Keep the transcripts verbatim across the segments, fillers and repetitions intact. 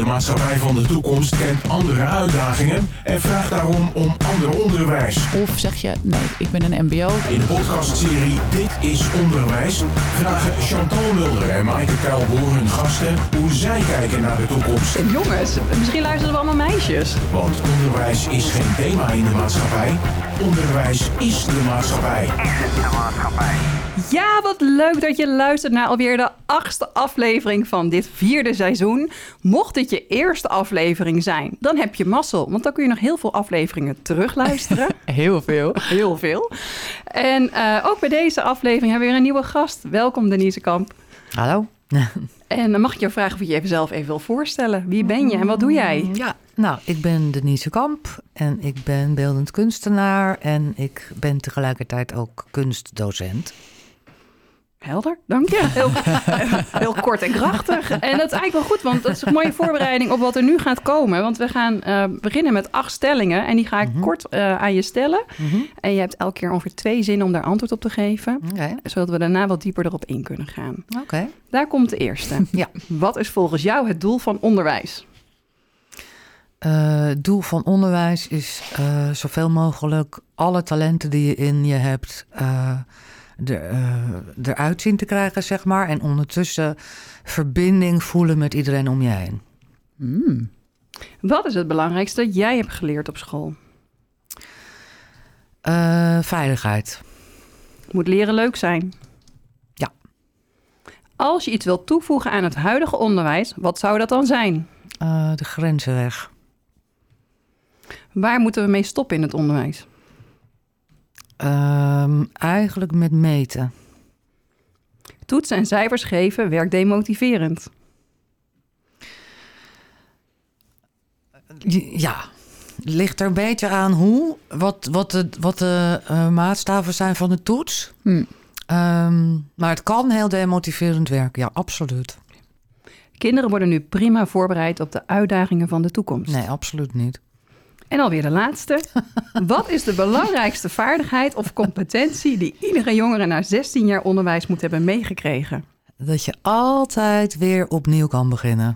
maatschappij van de toekomst kent andere uitdagingen en vraagt daarom om ander onderwijs. Of zeg je, nee, ik ben een mbo. In de podcastserie Dit is Onderwijs vragen Chantal Mulder en Maaike Kuilboer hun gasten hoe zij kijken naar de toekomst. En jongens, misschien luisteren we allemaal meisjes. Want onderwijs is geen thema in de maatschappij. Onderwijs is de maatschappij. Is het de maatschappij? Ja, wat leuk dat je luistert naar alweer de achtste aflevering van dit vierde seizoen. Mocht dit je eerste aflevering zijn, dan heb je mazzel. Want dan kun je nog heel veel afleveringen terugluisteren. Heel veel. Heel veel. En uh, ook bij deze aflevering hebben we weer een nieuwe gast. Welkom Denise Kamp. Hallo. En dan mag ik jou vragen of je je zelf even wil voorstellen. Wie ben je en wat doe jij? Ja, nou, ik ben Denise Kamp en ik ben beeldend kunstenaar en ik ben tegelijkertijd ook kunstdocent. Helder, dank je. Heel, heel kort en krachtig. En dat is eigenlijk wel goed, want dat is een mooie voorbereiding op wat er nu gaat komen. Want we gaan uh, beginnen met acht stellingen en die ga ik mm-hmm. kort uh, aan je stellen. Mm-hmm. En je hebt elke keer ongeveer twee zinnen om daar antwoord op te geven. Okay. Zodat we daarna wat dieper erop in kunnen gaan. Okay. Daar komt de eerste. Ja. Wat is volgens jou het doel van onderwijs? Uh, het doel van onderwijs is uh, zoveel mogelijk alle talenten die je in je hebt Uh, Er, uh, eruit zien te krijgen, zeg maar. En ondertussen verbinding voelen met iedereen om je heen. Mm. Wat is het belangrijkste dat jij hebt geleerd op school? Uh, veiligheid. Moet leren leuk zijn? Ja. Als je iets wilt toevoegen aan het huidige onderwijs, wat zou dat dan zijn? Uh, de grenzen weg. Waar moeten we mee stoppen in het onderwijs? Um, eigenlijk met meten. Toetsen en cijfers geven werkt demotiverend. Ja, ligt er een beetje aan hoe, wat, wat de, wat de uh, maatstaven zijn van de toets. Hmm. Um, maar het kan heel demotiverend werken, ja, absoluut. Kinderen worden nu prima voorbereid op de uitdagingen van de toekomst. Nee, absoluut niet. En alweer de laatste. Wat is de belangrijkste vaardigheid of competentie die iedere jongere na zestien jaar onderwijs moet hebben meegekregen? Dat je altijd weer opnieuw kan beginnen.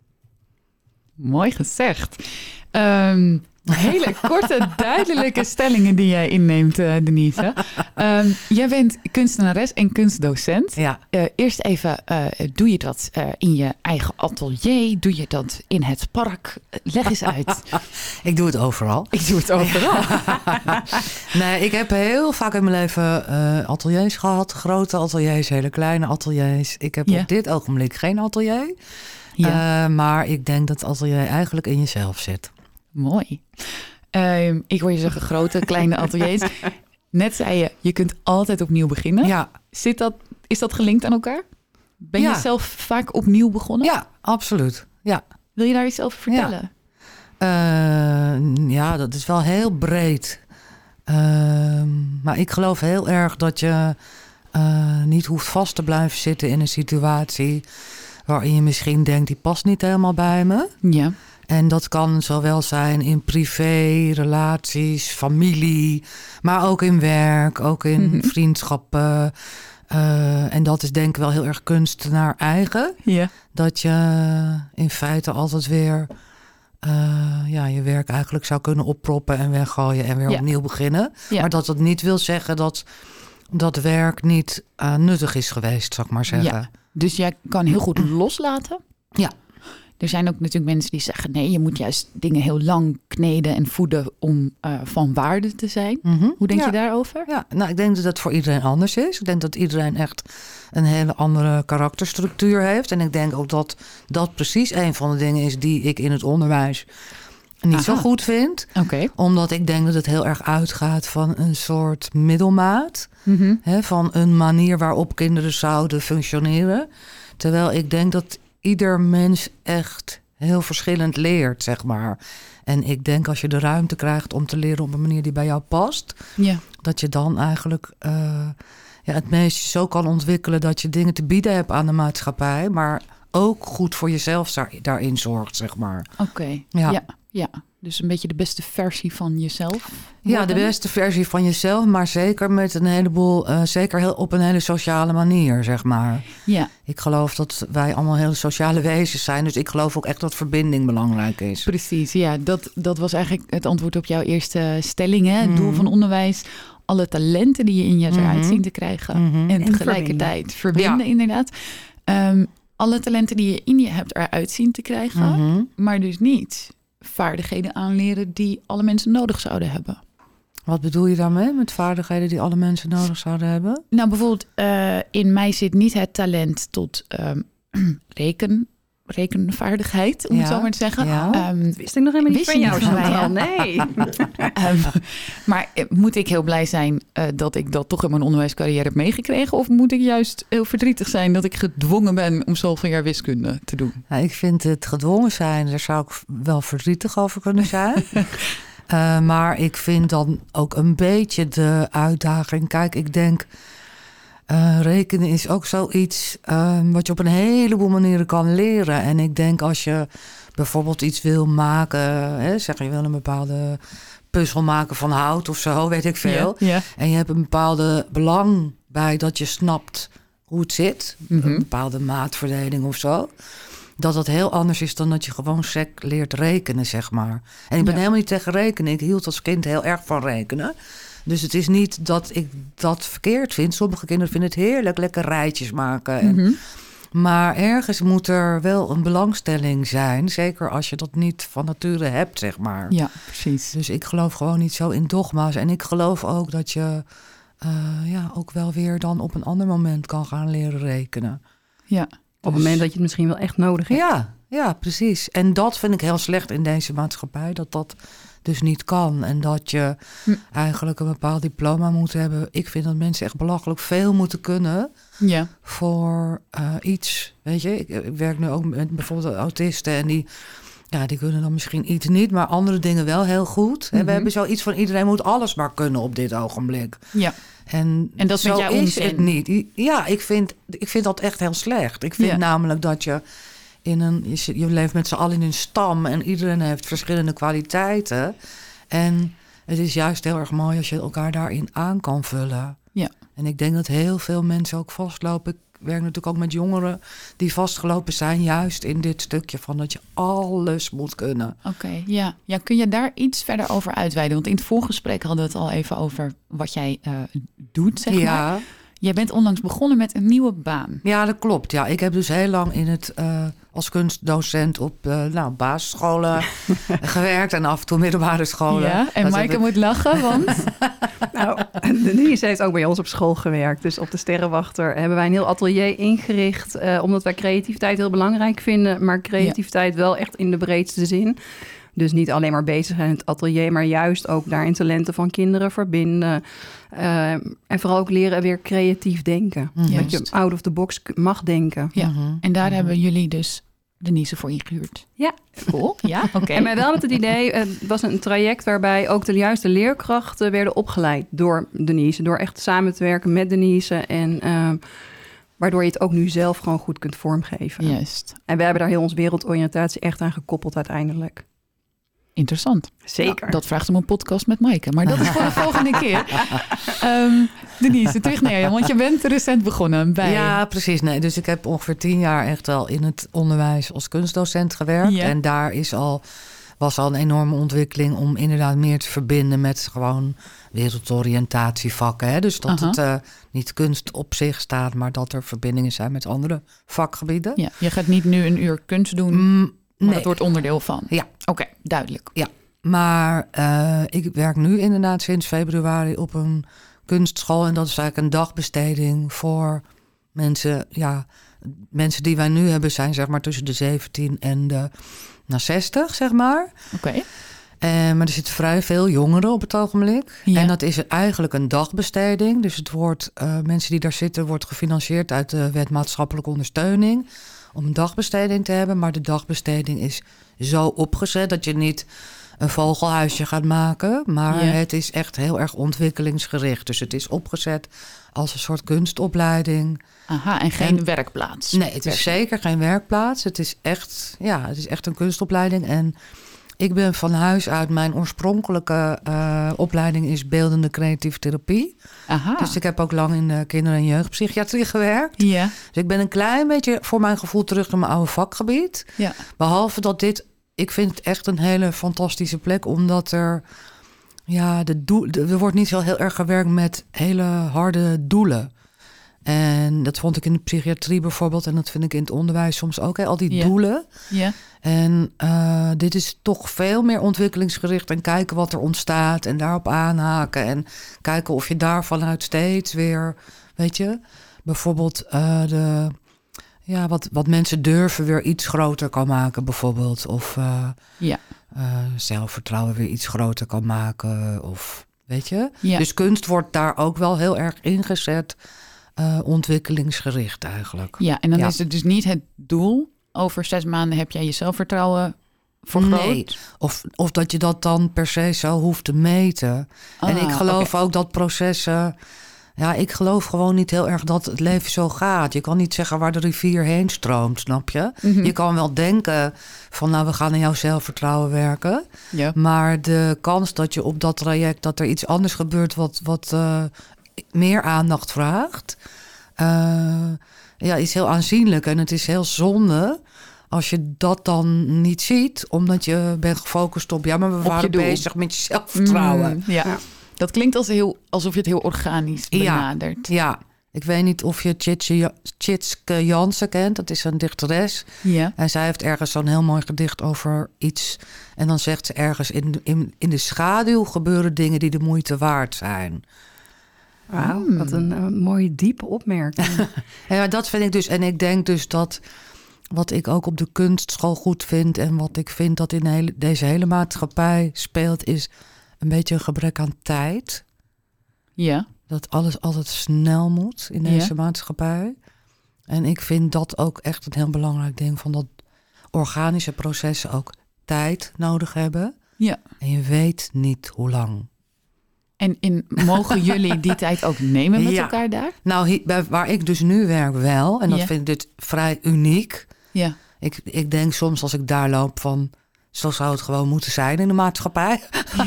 Mooi gezegd. Um, hele korte, duidelijke stellingen die jij inneemt, uh, Denise. Um, jij bent kunstenares en kunstdocent. Ja. Uh, eerst even, uh, doe je dat uh, in je eigen atelier? Doe je dat in het park? Leg eens uit. Ik doe het overal. Ik doe het overal. Nee, ik heb heel vaak in mijn leven uh, ateliers gehad. Grote ateliers, hele kleine ateliers. Ik heb ja. op dit ogenblik geen atelier. Ja. Uh, maar ik denk dat het atelier eigenlijk in jezelf zit. Mooi. Uh, ik hoor je zeggen grote, kleine ateliers. Net zei je, je kunt altijd opnieuw beginnen. Ja. Zit dat, is dat gelinkt aan elkaar? Ben ja. je zelf vaak opnieuw begonnen? Ja, absoluut. Ja. Wil je daar iets over vertellen? Ja, uh, ja dat is wel heel breed. Uh, maar ik geloof heel erg dat je uh, niet hoeft vast te blijven zitten in een situatie waarin je misschien denkt, die past niet helemaal bij me. Ja. En dat kan zowel zijn in privé, relaties, familie, maar ook in werk, ook in mm-hmm. vriendschappen. Uh, en dat is denk ik wel heel erg kunstenaar eigen. Ja. Dat je in feite altijd weer uh, ja, je werk eigenlijk zou kunnen opproppen en weggooien en weer ja. opnieuw beginnen. Ja. Maar dat dat niet wil zeggen dat dat werk niet uh, nuttig is geweest, zou ik maar zeggen. Ja. Dus jij kan heel goed loslaten? Ja. Er zijn ook natuurlijk mensen die zeggen, nee, je moet juist dingen heel lang kneden en voeden om uh, van waarde te zijn. Mm-hmm. Hoe denk ja. je daarover? Ja, nou, ik denk dat dat voor iedereen anders is. Ik denk dat iedereen echt een hele andere karakterstructuur heeft. En ik denk ook dat dat precies een van de dingen is die ik in het onderwijs niet Aha. zo goed vind. Okay. Omdat ik denk dat het heel erg uitgaat van een soort middelmaat. Mm-hmm. Hè, van een manier waarop kinderen zouden functioneren. Terwijl ik denk dat ieder mens echt heel verschillend leert, zeg maar. En ik denk als je de ruimte krijgt om te leren op een manier die bij jou past, ja. dat je dan eigenlijk uh, ja, het meest zo kan ontwikkelen dat je dingen te bieden hebt aan de maatschappij, maar ook goed voor jezelf daarin zorgt, zeg maar. Oké, okay. ja. ja. Ja, dus een beetje de beste versie van jezelf. Ja, worden. de beste versie van jezelf, maar zeker met een heleboel, uh, zeker heel, op een hele sociale manier, zeg maar. Ja. Ik geloof dat wij allemaal hele sociale wezens zijn, dus ik geloof ook echt dat verbinding belangrijk is. Precies, ja, dat, dat was eigenlijk het antwoord op jouw eerste stelling, hè? Het mm. doel van onderwijs, alle talenten die je in je eruit mm-hmm. zien te krijgen Mm-hmm. en, en tegelijkertijd verbinden, verbinden ja. inderdaad. Um, alle talenten die je in je hebt eruit zien te krijgen, mm-hmm. maar dus niet vaardigheden aanleren die alle mensen nodig zouden hebben. Wat bedoel je daarmee met vaardigheden die alle mensen nodig zouden hebben? Nou, bijvoorbeeld uh, in mij zit niet het talent tot um, reken, rekenvaardigheid, om ja, het zo maar te zeggen. Ja. Um, dat wist ik nog helemaal niet van jou, Chantal. Nee. um, maar moet ik heel blij zijn uh, dat ik dat toch in mijn onderwijscarrière heb meegekregen? Of moet ik juist heel verdrietig zijn dat ik gedwongen ben om zoveel jaar wiskunde te doen? Nou, ik vind het gedwongen zijn, daar zou ik wel verdrietig over kunnen zijn. uh, maar ik vind dan ook een beetje de uitdaging. Kijk, ik denk... Uh, rekenen is ook zoiets uh, wat je op een heleboel manieren kan leren. En ik denk als je bijvoorbeeld iets wil maken, hè, zeg je wil een bepaalde puzzel maken van hout of zo, weet ik veel. Yeah, yeah. En je hebt een bepaalde belang bij dat je snapt hoe het zit. Mm-hmm. Een bepaalde maatverdeling of zo. Dat dat heel anders is dan dat je gewoon sec leert rekenen, zeg maar. En ik ben ja. helemaal niet tegen rekenen. Ik hield als kind heel erg van rekenen. Dus het is niet dat ik dat verkeerd vind. Sommige kinderen vinden het heerlijk, lekker rijtjes maken. En, mm-hmm. Maar ergens moet er wel een belangstelling zijn. Zeker als je dat niet van nature hebt, zeg maar. Ja, precies. Dus ik geloof gewoon niet zo in dogma's. En ik geloof ook dat je uh, ja, ook wel weer dan op een ander moment kan gaan leren rekenen. Ja. Dus, op het moment dat je het misschien wel echt nodig hebt. Ja, ja, precies. En dat vind ik heel slecht in deze maatschappij. Dat dat dus niet kan. En dat je hm. eigenlijk een bepaald diploma moet hebben. Ik vind dat mensen echt belachelijk veel moeten kunnen. Ja. Voor uh, iets. Weet je, ik, ik werk nu ook met bijvoorbeeld autisten. En die, ja, die kunnen dan misschien iets niet. Maar andere dingen wel heel goed. Mm-hmm. En we hebben zoiets van iedereen moet alles maar kunnen op dit ogenblik. Ja. En, en dat zo is onzin. Het niet. Ja, ik vind, ik vind dat echt heel slecht. Ik vind ja. namelijk dat je... In een, je, je leeft met z'n allen in een stam en iedereen heeft verschillende kwaliteiten. En het is juist heel erg mooi als je elkaar daarin aan kan vullen. Ja. En ik denk dat heel veel mensen ook vastlopen. Ik werk natuurlijk ook met jongeren die vastgelopen zijn, juist in dit stukje van dat je alles moet kunnen. Oké, okay, ja. ja. Kun je daar iets verder over uitweiden? Want in het voorgesprek hadden we het al even over wat jij uh, doet, zeg ja. maar. Jij bent onlangs begonnen met een nieuwe baan. Ja, dat klopt. Ja, ik heb dus heel lang in het, uh, als kunstdocent op uh, nou, basisscholen gewerkt en af en toe middelbare scholen. Ja, en dat Maaike ik... moet lachen, want... nou, Denise heeft ook bij ons op school gewerkt. Dus op de Sterrenwachter hebben wij een heel atelier ingericht. Uh, omdat wij creativiteit heel belangrijk vinden. Maar creativiteit ja. wel echt in de breedste zin. Dus niet alleen maar bezig zijn in het atelier, maar juist ook daarin talenten van kinderen verbinden. Uh, en vooral ook leren weer creatief denken. Mm-hmm. Dat je out of the box mag denken. Ja, mm-hmm. En daar mm-hmm. hebben jullie dus Denise voor ingehuurd. Ja. Cool, ja, oké. Okay. En mij wel met het idee, het was een traject waarbij ook de juiste leerkrachten werden opgeleid door Denise. Door echt samen te werken met Denise en... Uh, waardoor je het ook nu zelf gewoon goed kunt vormgeven. Juist. En we hebben daar heel onze wereldoriëntatie echt aan gekoppeld uiteindelijk. Interessant. Zeker. Ja, dat vraagt om een podcast met Maaike, maar dat is voor de volgende keer. Um, Denise, terug naar jou, want je bent recent begonnen bij... Ja, precies. Nee, dus ik heb ongeveer tien jaar echt al in het onderwijs als kunstdocent gewerkt. Ja. En daar is al, was al een enorme ontwikkeling om inderdaad meer te verbinden met gewoon wereldoriëntatievakken. Hè? Dus dat uh-huh. het uh, niet kunst op zich staat, maar dat er verbindingen zijn met andere vakgebieden. Ja, je gaat niet nu een uur kunst doen... Mm, Maar nee. dat wordt onderdeel van? Ja. Oké, okay, duidelijk. Ja, maar uh, ik werk nu inderdaad sinds februari op een kunstschool. En dat is eigenlijk een dagbesteding voor mensen. Ja, mensen die wij nu hebben zijn zeg maar tussen de zeventien en de nou, zestig, zeg maar. Oké. Okay. Uh, maar er zitten vrij veel jongeren op het ogenblik. Ja. En dat is eigenlijk een dagbesteding. Dus het wordt, uh, mensen die daar zitten wordt gefinancierd uit de wet maatschappelijke ondersteuning. Om een dagbesteding te hebben. Maar de dagbesteding is zo opgezet dat je niet een vogelhuisje gaat maken. Maar ja. het is echt heel erg ontwikkelingsgericht. Dus het is opgezet als een soort kunstopleiding. Aha, en geen en, werkplaats. Nee, het is zeker geen werkplaats. Het is echt, ja, het is echt een kunstopleiding. En ik ben van huis uit... mijn oorspronkelijke uh, opleiding is beeldende creatieve therapie. Aha. Dus ik heb ook lang in de kinder- en jeugdpsychiatrie gewerkt. Ja. Dus ik ben een klein beetje voor mijn gevoel terug naar mijn oude vakgebied. Ja. Behalve dat dit... Ik vind het echt een hele fantastische plek, omdat er... Ja, de doel, de, er wordt niet zo heel erg gewerkt met hele harde doelen. En dat vond ik in de psychiatrie bijvoorbeeld. En dat vind ik in het onderwijs soms ook. Hè, al die Ja. doelen. Ja. En uh, dit is toch veel meer ontwikkelingsgericht. En kijken wat er ontstaat. En daarop aanhaken. En kijken of je daar vanuit steeds weer... Weet je, bijvoorbeeld uh, de... Ja, wat, wat mensen durven weer iets groter kan maken bijvoorbeeld. Of uh, Ja. uh, zelfvertrouwen weer iets groter kan maken. Of weet je. Ja. Dus kunst wordt daar ook wel heel erg ingezet. Uh, ontwikkelingsgericht eigenlijk. Ja, en dan Ja. is het dus niet het doel. Over zes maanden heb jij je zelfvertrouwen vergroot. Nee, of, of dat je dat dan per se zo hoeft te meten. Ah, en ik geloof oké. ook dat processen... Ja, ik geloof gewoon niet heel erg dat het leven zo gaat. Je kan niet zeggen waar de rivier heen stroomt, snap je? Mhm. Je kan wel denken van, nou, we gaan aan jouw zelfvertrouwen werken. Ja. Maar de kans dat je op dat traject... dat er iets anders gebeurt wat, wat uh, meer aandacht vraagt... Uh, ja, is heel aanzienlijk. En het is heel zonde als je dat dan niet ziet... omdat je bent gefocust op... ja, maar we Op je waren doel. bezig met je zelfvertrouwen. Mm, ja. Ja. Dat klinkt als heel, alsof je het heel organisch Ja. benadert. Ja, ik weet niet of je Tjitske Tjitske Jansen kent. Dat is een dichteres. Ja. En zij heeft ergens zo'n heel mooi gedicht over iets. En dan zegt ze ergens... in, in, in de schaduw gebeuren dingen die de moeite waard zijn. Wauw, Hmm. wat een uh, mooie diepe opmerking. Ja, dat vind ik dus. En ik denk dus dat... wat ik ook op de kunstschool goed vind... en wat ik vind dat in hele, deze hele maatschappij speelt... is een beetje een gebrek aan tijd. Ja. Dat alles altijd snel moet in deze Ja. maatschappij. En ik vind dat ook echt een heel belangrijk ding... van dat organische processen ook tijd nodig hebben. Ja. En je weet niet hoe lang. En in, mogen jullie die tijd ook nemen met Ja. elkaar daar? Nou, hier, bij, waar ik dus nu werk wel. En dat Ja. vind ik dit vrij uniek. Ja. Ik, ik denk soms als ik daar loop van... zo zou het gewoon moeten zijn in de maatschappij.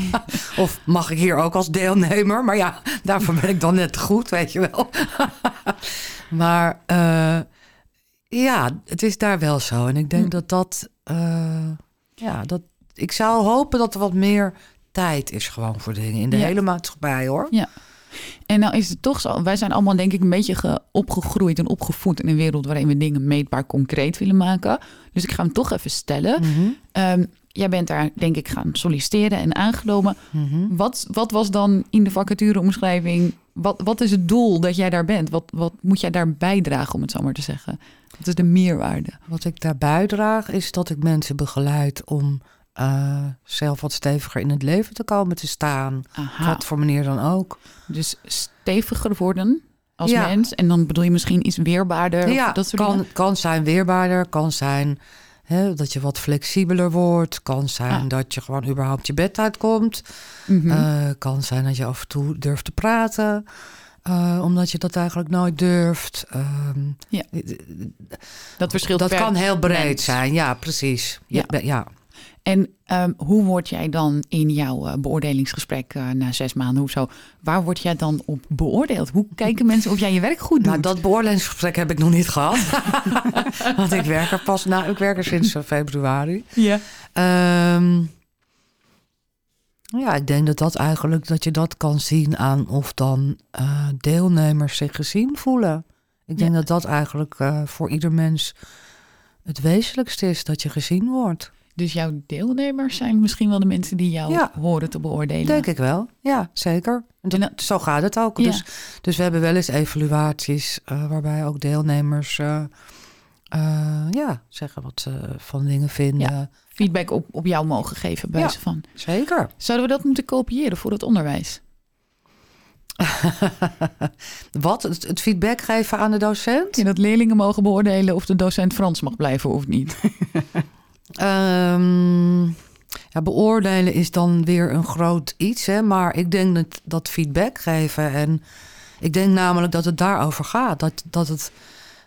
Of mag ik hier ook als deelnemer? Maar ja, daarvoor ben ik dan net te goed, weet je wel. Maar uh, ja, het is daar wel zo. En ik denk Hm. dat dat... Uh, ja, dat... Ik zou hopen dat er wat meer tijd is gewoon voor dingen. In de Ja. hele maatschappij, hoor. Ja. En nou is het toch zo, wij zijn allemaal denk ik een beetje ge- opgegroeid en opgevoed in een wereld waarin we dingen meetbaar concreet willen maken. Dus ik ga hem toch even stellen. Mm-hmm. Um, jij bent daar denk ik gaan solliciteren en aangenomen. Mm-hmm. Wat, wat was dan in de vacatureomschrijving, wat, wat is het doel dat jij daar bent? Wat, wat moet jij daar bijdragen, om het zo maar te zeggen? Wat is de meerwaarde? Wat ik daar bijdraag is dat ik mensen begeleid om uh, zelf wat steviger in het leven te komen te staan. Aha. Wat voor manier dan ook. Dus steviger worden als Ja. mens. En dan bedoel je misschien iets weerbaarder. Ja, of dat soort kan, dingen? kan zijn weerbaarder, kan zijn hè, dat je wat flexibeler wordt. Kan zijn Ah. dat je gewoon überhaupt je bed uitkomt. Mhm. Uh, kan zijn dat je af en toe durft te praten. Uh, omdat je dat eigenlijk nooit durft. Um, Ja. dat verschilt Dat per kan heel breed mens. zijn, ja, precies. Ja. Ja, ja. En um, hoe word jij dan in jouw uh, beoordelingsgesprek uh, na zes maanden of zo, waar word jij dan op beoordeeld? Hoe kijken mensen of jij je werk goed doet? Nou, dat beoordelingsgesprek heb ik nog niet gehad. Want ik werk er pas, nou, ik werk er sinds uh, februari. Ja. Um, ja, ik denk dat dat eigenlijk, dat je dat kan zien aan of dan uh, deelnemers zich gezien voelen. Ik denk Ja. dat dat eigenlijk uh, voor ieder mens het wezenlijkste is, dat je gezien wordt. Dus jouw deelnemers zijn misschien wel de mensen die jou Ja. horen te beoordelen. Denk ik wel, ja, zeker. En dat, En dat- zo gaat het ook. Ja. Dus, dus we hebben wel eens evaluaties uh, waarbij ook deelnemers uh, uh, ja, zeggen wat ze van dingen vinden. Ja. Feedback op, op jou mogen geven. Bij Ja. wijze van. Zeker. Zouden we dat moeten kopiëren voor het onderwijs? Wat? Het, het feedback geven aan de docent? Ja, dat leerlingen mogen beoordelen of de docent Frans mag blijven of niet. Um, ja, beoordelen is dan weer een groot iets, hè? Maar ik denk dat, dat feedback geven en ik denk namelijk dat het daarover gaat. Dat, dat het,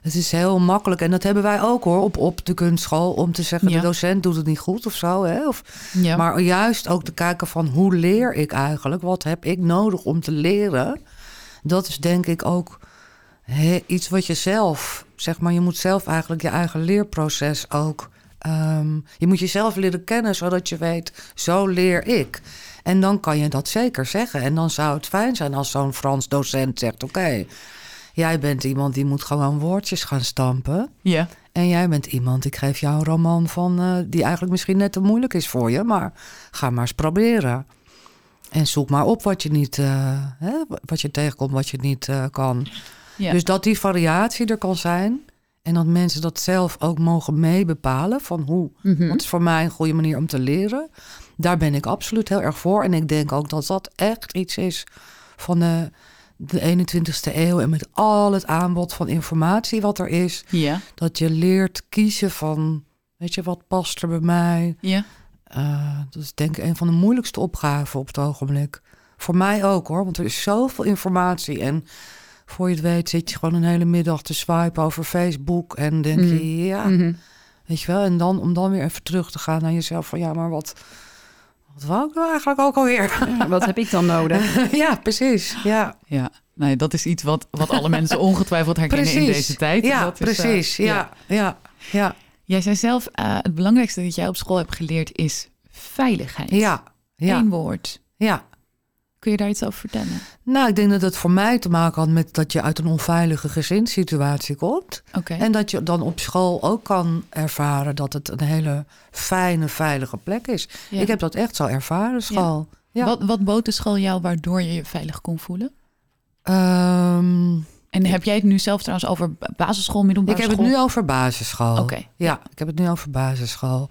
Het is heel makkelijk. En dat hebben wij ook hoor, op, op de kunstschool. Om te zeggen, Ja. de docent doet het niet goed of zo. Hè? Of, Ja. Maar juist ook te kijken van, hoe leer ik eigenlijk? Wat heb ik nodig om te leren? Dat is denk ik ook he, iets wat je zelf... Zeg maar, je moet zelf eigenlijk je eigen leerproces ook... Um, je moet jezelf leren kennen, zodat je weet, zo leer ik. En dan kan je dat zeker zeggen. En dan zou het fijn zijn als zo'n Frans docent zegt... oké, okay, jij bent iemand die moet gewoon woordjes gaan stampen. Ja. En jij bent iemand, ik geef jou een roman van... Uh, die eigenlijk misschien net te moeilijk is voor je... maar ga maar eens proberen. En zoek maar op wat je niet... Uh, hè, wat je tegenkomt, wat je niet uh, kan. Ja. Dus dat die variatie er kan zijn... en dat mensen dat zelf ook mogen meebepalen... van hoe, Mm-hmm. wat is voor mij een goede manier om te leren... daar ben ik absoluut heel erg voor. En ik denk ook dat dat echt iets is van de... de eenentwintigste eeuw en met al het aanbod van informatie wat er is... Ja. dat je leert kiezen van, weet je, wat past er bij mij? Ja. Uh, dat is denk ik een van de moeilijkste opgaven op het ogenblik. Voor mij ook hoor, want er is zoveel informatie... en voor je het weet zit je gewoon een hele middag te swipen over Facebook... en denk Mm. je, ja, Mm-hmm. weet je wel... en dan om dan weer even terug te gaan naar jezelf van... ja, maar wat, wat wou ik nou eigenlijk ook alweer? Ja, wat heb ik dan nodig? Ja, precies, ja. Ja. Nee, dat is iets wat, wat alle mensen ongetwijfeld herkennen Precies. in deze tijd. Ja, dat is, uh, precies. Ja, ja, ja. Jij zei zelf, uh, het belangrijkste dat jij op school hebt geleerd is veiligheid. Ja, ja, Eén woord. ja. Kun je daar iets over vertellen? Nou, ik denk dat het voor mij te maken had met dat je uit een onveilige gezinssituatie komt. Oké. Okay. En dat je dan op school ook kan ervaren dat het een hele fijne, veilige plek is. Ja. Ik heb dat echt zo ervaren, school. Ja. Ja. Wat, wat bood de school jou waardoor je je veilig kon voelen? Um, en heb jij het nu zelf trouwens over basisschool, middelbare school? Ik heb het nu over basisschool. Oké. Okay. Ja, ik heb het nu over basisschool.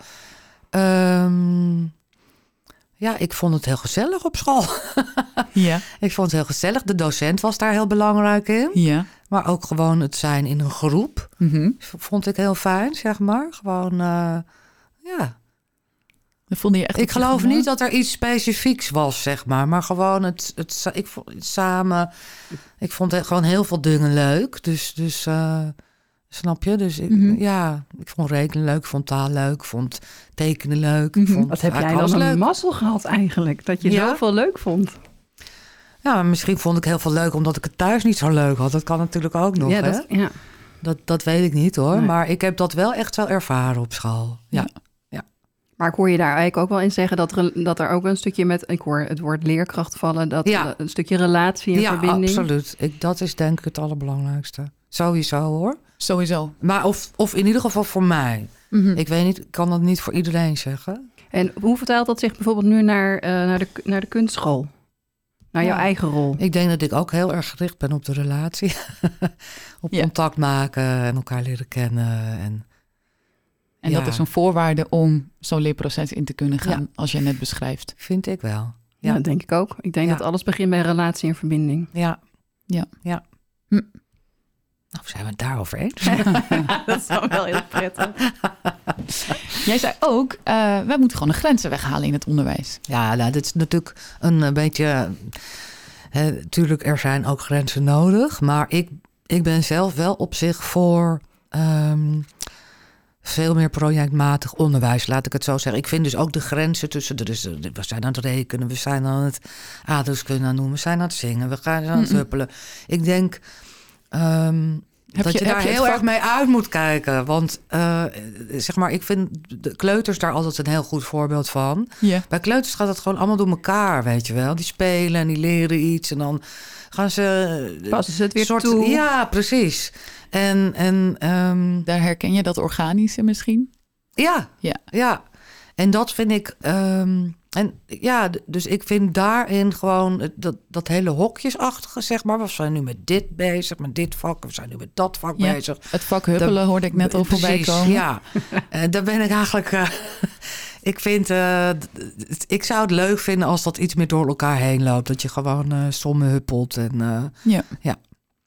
Um, ja, ik vond het heel gezellig op school. Ja. Ik vond het heel gezellig. De docent was daar heel belangrijk in. Ja. Maar ook gewoon het zijn in een groep. Mm-hmm. Vond ik heel fijn, zeg maar. Gewoon, uh, ja... Dat vond je echt ik geloof niet dat er iets specifieks was, zeg maar. Maar gewoon het, het, ik vond het samen... Ik vond het gewoon heel veel dingen leuk. Dus, dus uh, snap je? Dus ik, mm-hmm. ja, ik vond rekenen leuk, ik vond taal leuk, ik vond tekenen leuk. Mm-hmm. Vond Wat heb jij dan een leuk. mazzel gehad eigenlijk? Dat je ja? zoveel leuk vond. Ja, maar misschien vond ik heel veel leuk omdat ik het thuis niet zo leuk had. Dat kan natuurlijk ook nog, ja, hè? Dat, ja. dat, dat weet ik niet, hoor. Nee. Maar ik heb dat wel echt wel ervaren op school. Ja. ja. Maar ik hoor je daar eigenlijk ook wel in zeggen dat er, dat er ook een stukje met... Ik hoor het woord leerkracht vallen. Dat ja. een stukje relatie en ja, verbinding. Ja, absoluut. Ik, dat is denk ik het allerbelangrijkste. Sowieso, hoor. Sowieso. Maar of, of in ieder geval voor mij. Mm-hmm. Ik weet niet, ik kan dat niet voor iedereen zeggen. En hoe vertaalt dat zich bijvoorbeeld nu naar, uh, naar, de, naar de kunstschool? Naar ja. jouw eigen rol? Ik denk dat ik ook heel erg gericht ben op de relatie. op ja. contact maken en elkaar leren kennen en... En ja. dat is een voorwaarde om zo'n leerproces in te kunnen gaan, ja. als je net beschrijft. Vind ik wel. Ja, ja dat denk ik ook. Ik denk ja. dat alles begint bij relatie en verbinding. Ja. Ja. ja. Hm. Nou, zijn we het daarover eens? Dat is wel heel prettig. Jij zei ook, uh, wij moeten gewoon de grenzen weghalen in het onderwijs. Ja, nou, dat is natuurlijk een, een beetje... Natuurlijk, er zijn ook grenzen nodig. Maar ik, ik ben zelf wel op zich voor... Um, veel meer projectmatig onderwijs, laat ik het zo zeggen. Ik vind dus ook de grenzen tussen... Dus, we zijn aan het rekenen, we zijn aan het aardrijkskunde aan het doen... we zijn aan het zingen, we gaan aan het huppelen. Ik denk um, dat je, je daar heel vak... erg mee uit moet kijken. Want uh, zeg maar, ik vind de kleuters daar altijd een heel goed voorbeeld van. Yeah. Bij kleuters gaat het gewoon allemaal door elkaar, weet je wel. Die spelen en die leren iets en dan gaan ze... Passen ze het weer soort, toe. Ja, precies. En, en, um, daar herken je dat organische misschien? Ja, ja. ja. En dat vind ik... Um, en ja, dus ik vind daarin gewoon dat, dat hele hokjesachtige, zeg maar. We zijn nu met dit bezig, met dit vak. We zijn nu met dat vak ja, bezig. Het vak huppelen dat, hoorde ik net al voorbij precies, komen. Ja, uh, daar ben ik eigenlijk... Uh, ik vind... Uh, ik zou het leuk vinden als dat iets meer door elkaar heen loopt. Dat je gewoon uh, sommen huppelt en... Uh, ja. ja.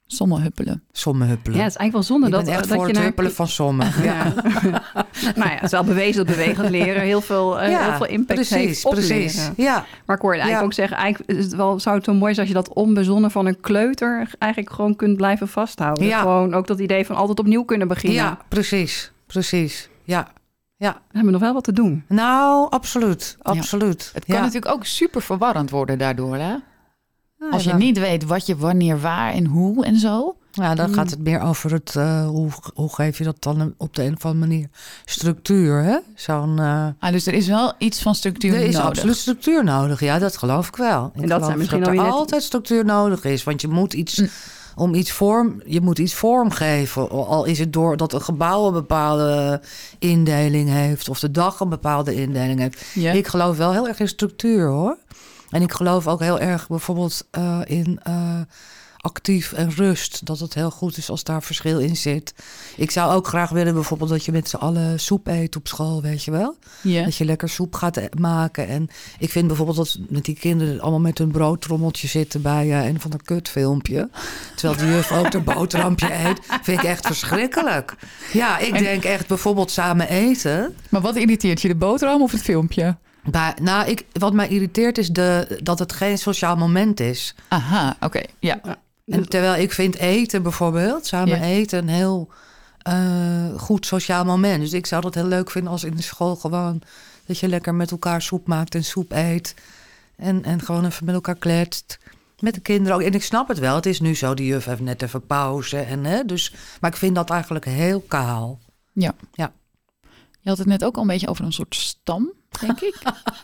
Sommenhuppelen. Sommenhuppelen. Ja, het is eigenlijk wel zonde ik dat, ben echt dat voor je het naar... huppelen van sommen. Ja. Nou ja, het is wel bewezen dat bewegend leren heel veel, uh, Ja, heel veel impact precies, heeft op precies. leren. Ja. Maar ik hoorde eigenlijk Ja. ook zeggen, eigenlijk is het wel, zou het zo mooi zijn als je dat onbezonnen van een kleuter eigenlijk gewoon kunt blijven vasthouden. Ja. Gewoon ook dat idee van altijd opnieuw kunnen beginnen. Ja, precies. Precies. Ja. Ja. We hebben nog wel wat te doen. Nou, absoluut. Absoluut. Het kan ja. natuurlijk ook super verwarrend worden daardoor, hè? Nou, Als je dan- niet weet wat je wanneer, waar en hoe en zo. Ja, dan gaat het meer over het, uh, hoe, hoe geef je dat dan op de een of andere manier structuur, hè? Zo'n, uh, Ah, dus er is wel iets van structuur er is nodig. absoluut structuur nodig, ja, dat geloof ik wel. Ik En dat geloof zijn misschien dat er alweer net- altijd structuur nodig is, want je moet iets, Mm. om iets vorm, je moet iets vormgeven. Al is het door dat een gebouw een bepaalde indeling heeft, of de dag een bepaalde indeling heeft. Ja. Ik geloof wel heel erg in structuur, hoor. En ik geloof ook heel erg bijvoorbeeld uh, in uh, actief en rust. Dat het heel goed is als daar verschil in zit. Ik zou ook graag willen bijvoorbeeld dat je met z'n allen soep eet op school, weet je wel? Ja. Dat je lekker soep gaat e- maken. En ik vind bijvoorbeeld dat met die kinderen allemaal met hun broodtrommeltje zitten bij uh, een van de kutfilmpje. Terwijl de juf ook een boterhampje eet. Vind ik echt verschrikkelijk. Ja, ik En- denk echt bijvoorbeeld samen eten. Maar wat irriteert je, de boterham of het filmpje? Bij, nou, ik, wat mij irriteert is de, dat het geen sociaal moment is. Aha, oké. Ja. En terwijl ik vind eten bijvoorbeeld, samen Ja. eten, een heel uh, goed sociaal moment. Dus ik zou dat heel leuk vinden als in de school gewoon dat je lekker met elkaar soep maakt en soep eet. En, en gewoon even met elkaar kletst. Met de kinderen ook. En ik snap het wel. Het is nu zo, de juf heeft net even pauze. En, hè, dus, maar ik vind dat eigenlijk heel kaal. Ja. Ja. Je had het net ook al een beetje over een soort stam, denk ik.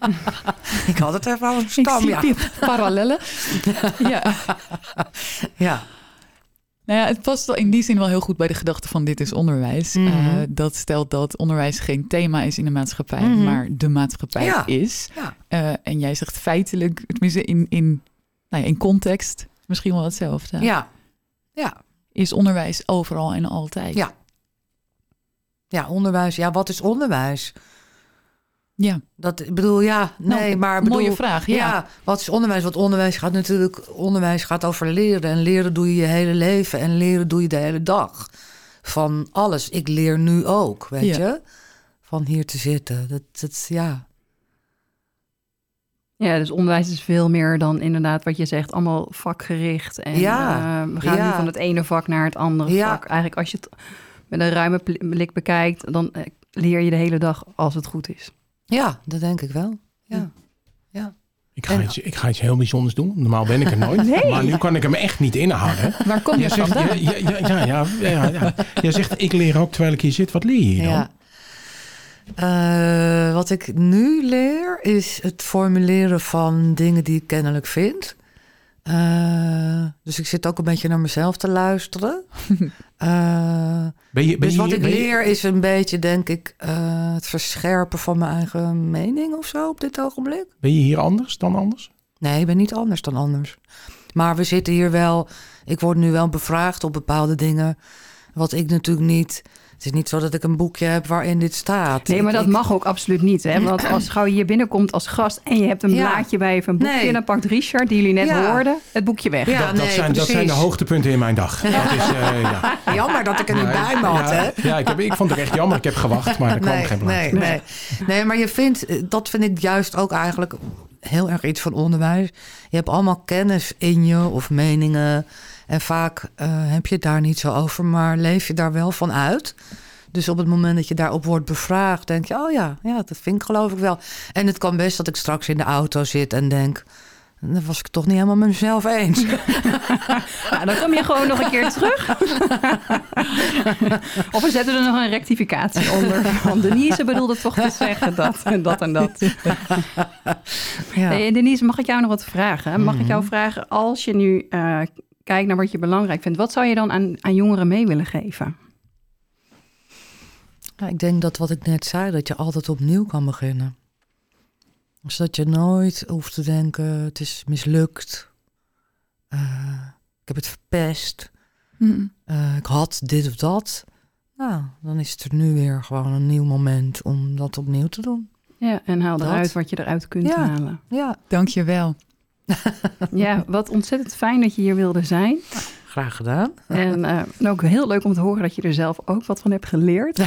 Ik had het even over een Ik stam, zie ja. die parallellen. Ja. Ja. Nou ja, het past wel in die zin wel heel goed bij de gedachte van dit is onderwijs. Mhm. Uh, dat stelt dat onderwijs geen thema is in de maatschappij, Mhm. maar de maatschappij Ja. is. Ja. Uh, en jij zegt feitelijk, tenminste in, in, nou ja, in context, misschien wel hetzelfde. Ja. Ja. Is onderwijs overal en altijd. Ja. Ja, onderwijs. Ja, wat is onderwijs? Ja. Dat, ik bedoel, ja, nee, Nou, maar... Bedoel, mooie vraag, ja. Wat is onderwijs? Want onderwijs gaat natuurlijk... Onderwijs gaat over leren. En leren doe je je hele leven. En leren doe je de hele dag. Van alles. Ik leer nu ook, weet Ja. je? Van hier te zitten. Dat, dat, ja. Ja, dus onderwijs is veel meer dan inderdaad wat je zegt, allemaal vakgericht. En Ja. uh, we gaan Ja. nu van het ene vak naar het andere Ja. vak. Eigenlijk als je het met een ruime blik bekijkt, dan uh, leer je de hele dag als het goed is. Ja, dat denk ik wel. Ja. Ja. Ik ga, iets, ik ga iets heel bijzonders doen. Normaal ben ik er nooit. Nee. Maar nu kan ik hem echt niet inhouden. Waar kom je Jij zegt, vandaan? ja, ja, ja, ja, ja, ja, ja. Jij zegt, ik leer ook terwijl ik hier zit. Wat leer je hier dan? Ja. Uh, wat ik nu leer is het formuleren van dingen die ik kennelijk vind. Uh, dus ik zit ook een beetje naar mezelf te luisteren. Uh, Ben je, ben dus je, wat ik ben je- leer is een beetje, denk ik, uh, het verscherpen van mijn eigen mening of zo op dit ogenblik. Ben je hier anders dan anders? Nee, ik ben niet anders dan anders. Maar we zitten hier wel... Ik word nu wel bevraagd op bepaalde dingen. Wat ik natuurlijk niet... Het is niet zo dat ik een boekje heb waarin dit staat. Nee, maar Ik- dat ik- mag ook absoluut niet. Hè? Want als gauw je hier binnenkomt als gast en je hebt een Ja. blaadje bij je of een boekje... Nee. dan pakt Richard, die jullie net Ja. hoorden, het boekje weg. Ja, dat, dat, nee, zijn, dat precies. zijn de hoogtepunten in mijn dag. Dat is, uh, ja. Jammer dat ik er niet bij me had, hè? Ja, ja ik, heb, ik vond het echt jammer. Ik heb gewacht, maar er kwam Nee, geen blaad. nee, nee. nee, maar je vindt... Dat vind ik juist ook eigenlijk heel erg iets van onderwijs. Je hebt allemaal kennis in je of meningen. En vaak uh, heb je het daar niet zo over, maar leef je daar wel van uit. Dus op het moment dat je daarop wordt bevraagd, denk je... oh ja, ja, dat vind ik geloof ik wel. En het kan best dat ik straks in de auto zit en denk... dan was ik het toch niet helemaal met mezelf eens. Nou, dan kom je gewoon nog een keer terug. Of we zetten er nog een rectificatie onder. Van Denise bedoelde toch te zeggen dat en dat en dat. Ja. Hey, Denise, mag ik jou nog wat vragen? Mag Mhm. ik jou vragen, als je nu uh, kijkt naar wat je belangrijk vindt... wat zou je dan aan, aan jongeren mee willen geven? Ja, ik denk dat wat ik net zei, dat je altijd opnieuw kan beginnen. Dus dat je nooit hoeft te denken, het is mislukt. Uh, ik heb het verpest. Mm. Uh, ik had dit of dat. Nou, dan is het er nu weer gewoon een nieuw moment om dat opnieuw te doen. Ja, en haal Dat. eruit wat je eruit kunt Ja. halen. Ja, Dank je wel. Ja, wat ontzettend fijn dat je hier wilde zijn. Graag gedaan. En uh, ook heel leuk om te horen dat je er zelf ook wat van hebt geleerd.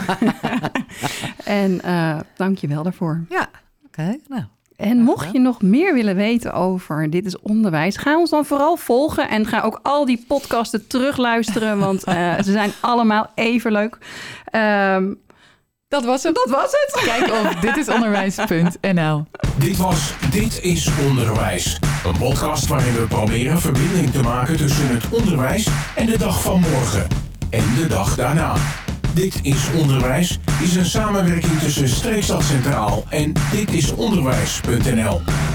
En uh, dank je wel daarvoor. Ja, oké. Okay, nou. En mocht je nog meer willen weten over Dit is Onderwijs, ga ons dan vooral volgen en ga ook al die podcasten terugluisteren, want uh, ze zijn allemaal even leuk. Um, Dat was het. Dat was het. Kijk op ditisonderwijs punt n l. Dit was Dit is Onderwijs. Een podcast waarin we proberen verbinding te maken tussen het onderwijs en de dag van morgen. En de dag daarna. Dit is Onderwijs is een samenwerking tussen Streekstad Centraal en ditisonderwijs punt n l.